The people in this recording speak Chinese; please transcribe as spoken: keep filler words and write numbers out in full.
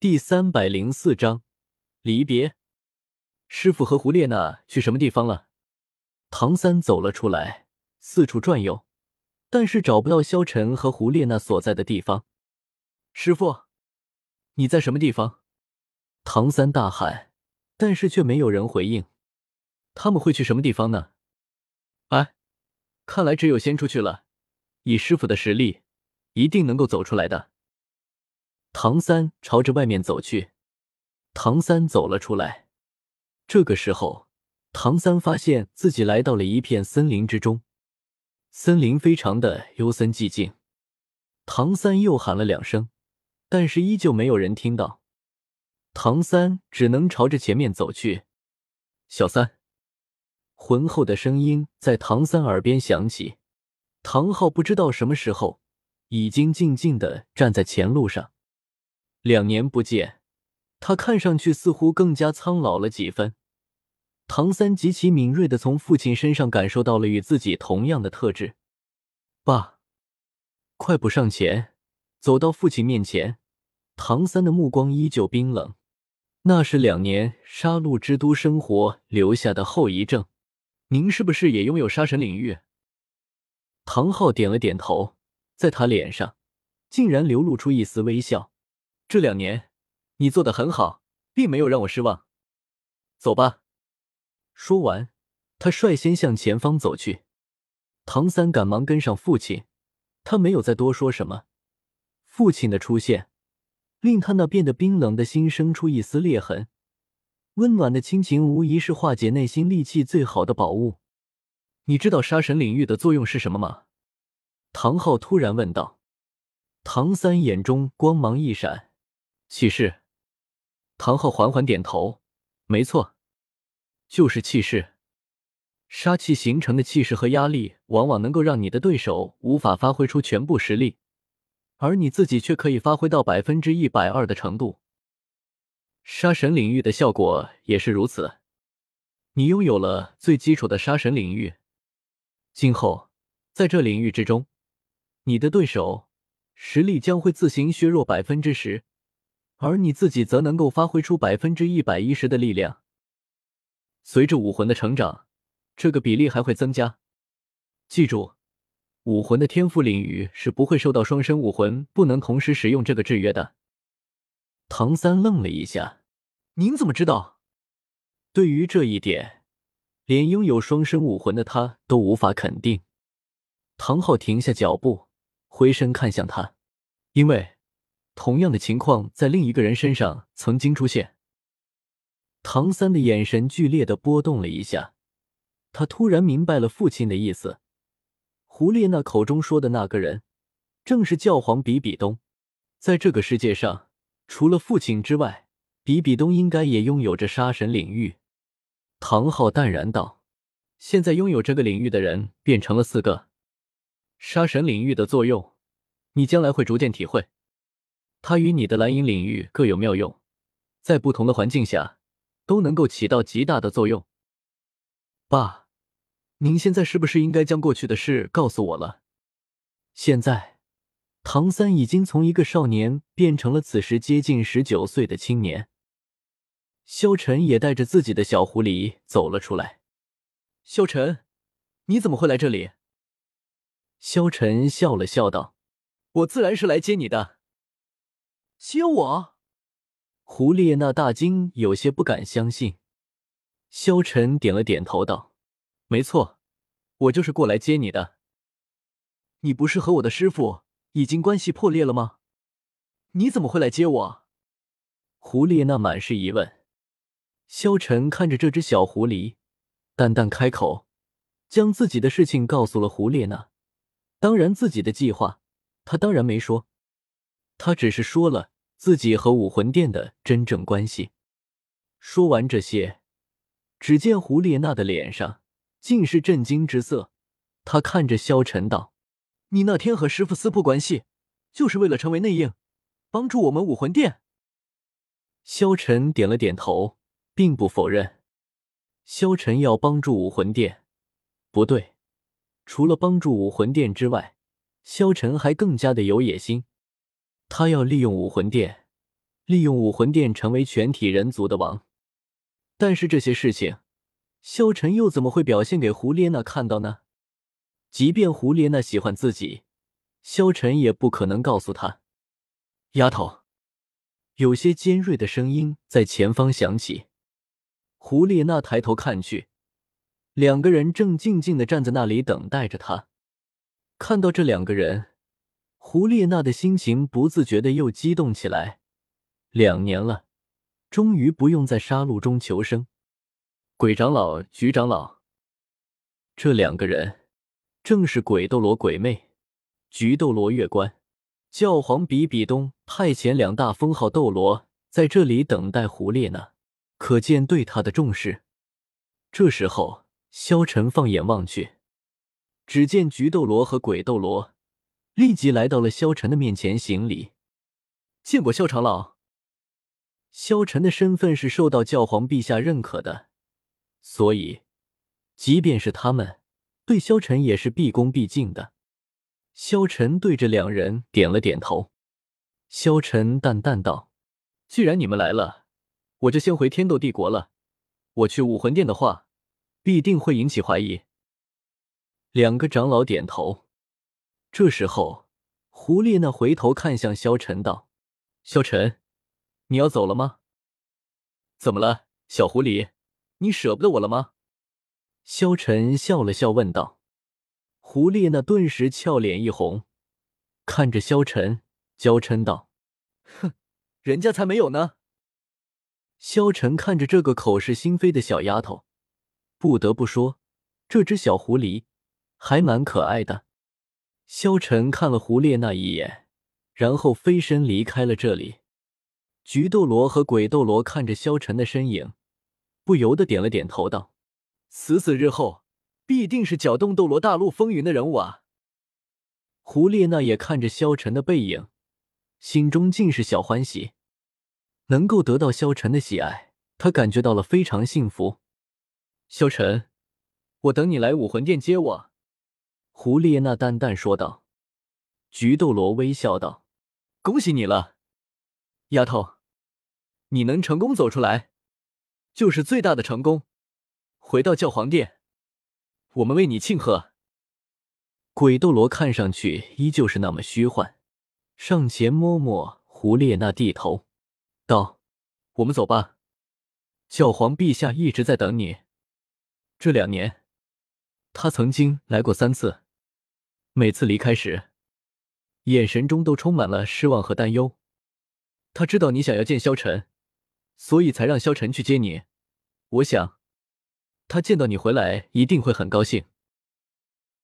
第三百零四章离别。师傅和胡列娜去什么地方了？唐三走了出来，四处转悠，但是找不到萧晨和胡列娜所在的地方。师傅，你在什么地方？唐三大喊，但是却没有人回应。他们会去什么地方呢？哎，看来只有先出去了，以师傅的实力，一定能够走出来的。唐三朝着外面走去。唐三走了出来。这个时候，唐三发现自己来到了一片森林之中。森林非常的幽森寂静。唐三又喊了两声，但是依旧没有人听到。唐三只能朝着前面走去。小三，浑厚的声音在唐三耳边响起。唐昊不知道什么时候已经静静地站在前路上。两年不见，他看上去似乎更加苍老了几分。唐三极其敏锐地从父亲身上感受到了与自己同样的特质。爸，快步上前，走到父亲面前。唐三的目光依旧冰冷，那是两年杀戮之都生活留下的后遗症。您是不是也拥有杀神领域？唐昊点了点头，在他脸上竟然流露出一丝微笑。这两年你做得很好，并没有让我失望。走吧。说完，他率先向前方走去。唐三赶忙跟上父亲，他没有再多说什么。父亲的出现令他那变得冰冷的心生出一丝裂痕。温暖的亲情无疑是化解内心戾气最好的宝物。你知道杀神领域的作用是什么吗？唐昊突然问道。唐三眼中光芒一闪。气势。唐昊缓缓点头，没错，就是气势。杀气形成的气势和压力往往能够让你的对手无法发挥出全部实力，而你自己却可以发挥到百分之一百二的程度。杀神领域的效果也是如此。你拥有了最基础的杀神领域，今后在这领域之中，你的对手实力将会自行削弱百分之十，而你自己则能够发挥出百分之一百一十的力量。随着武魂的成长，这个比例还会增加。记住，武魂的天赋领域是不会受到双生武魂不能同时使用这个制约的。唐三愣了一下，您怎么知道？对于这一点，连拥有双生武魂的他都无法肯定。唐昊停下脚步，回身看向他，因为同样的情况在另一个人身上曾经出现。唐三的眼神剧烈地波动了一下，他突然明白了父亲的意思。胡列娜口中说的那个人，正是教皇比比东。在这个世界上，除了父亲之外，比比东应该也拥有着杀神领域。唐昊淡然道：现在拥有这个领域的人变成了四个。杀神领域的作用，你将来会逐渐体会。它与你的蓝银领域各有妙用，在不同的环境下都能够起到极大的作用。爸，您现在是不是应该将过去的事告诉我了？现在，唐三已经从一个少年变成了此时接近十九岁的青年。萧晨也带着自己的小狐狸走了出来。萧晨，你怎么会来这里？萧晨笑了笑道：我自然是来接你的。接我？胡列娜大惊，有些不敢相信。萧晨点了点头道：没错，我就是过来接你的。你不是和我的师父已经关系破裂了吗？你怎么会来接我？胡列娜满是疑问。萧晨看着这只小狐狸，淡淡开口，将自己的事情告诉了胡列娜。当然自己的计划他当然没说，他只是说了自己和武魂殿的真正关系。说完这些，只见胡列娜的脸上尽是震惊之色。他看着萧晨道：你那天和师父撕破关系，就是为了成为内应，帮助我们武魂殿？萧晨点了点头，并不否认。萧晨要帮助武魂殿，不对，除了帮助武魂殿之外，萧晨还更加的有野心。他要利用武魂殿， 利用武魂殿成为全体人族的王。但是这些事情，萧晨又怎么会表现给胡列娜看到呢？即便胡列娜喜欢自己，萧晨也不可能告诉她。丫头，有些尖锐的声音在前方响起。胡列娜抬头看去，两个人正静静地站在那里等待着她。看到这两个人，胡列娜的心情不自觉地又激动起来。两年了，终于不用在杀戮中求生。鬼长老、菊长老，这两个人正是鬼斗罗鬼魅、菊斗罗月关。教皇比比东派遣两大封号斗罗在这里等待胡列娜，可见对他的重视。这时候，萧晨放眼望去，只见菊斗罗和鬼斗罗立即来到了萧晨的面前行礼。见过萧长老。萧晨的身份是受到教皇陛下认可的，所以即便是他们对萧晨也是毕恭毕敬的。萧晨对着两人点了点头。萧晨淡淡道：既然你们来了，我就先回天斗帝国了。我去武魂殿的话，必定会引起怀疑。两个长老点头。这时候，胡列娜回头看向萧晨道：萧晨，你要走了吗？怎么了，小狐狸，你舍不得我了吗？萧晨笑了笑问道。胡列娜顿时俏脸一红，看着萧晨娇嗔道：哼，人家才没有呢。萧晨看着这个口是心非的小丫头，不得不说，这只小狐狸还蛮可爱的。萧晨看了胡列娜一眼，然后飞身离开了这里。菊斗罗和鬼斗罗看着萧晨的身影，不由得点了点头道：死死日后必定是搅动斗罗大陆风云的人物啊。胡列娜也看着萧晨的背影，心中尽是小欢喜。能够得到萧晨的喜爱，她感觉到了非常幸福。萧晨，我等你来武魂殿接我。胡列娜淡淡说道。菊斗罗微笑道：恭喜你了，丫头，你能成功走出来，就是最大的成功。回到教皇殿，我们为你庆贺。鬼斗罗看上去依旧是那么虚幻，上前摸摸胡列娜，低头道：我们走吧，教皇陛下一直在等你。这两年，他曾经来过三次，每次离开时，眼神中都充满了失望和担忧。他知道你想要见萧晨，所以才让萧晨去接你。我想，他见到你回来一定会很高兴。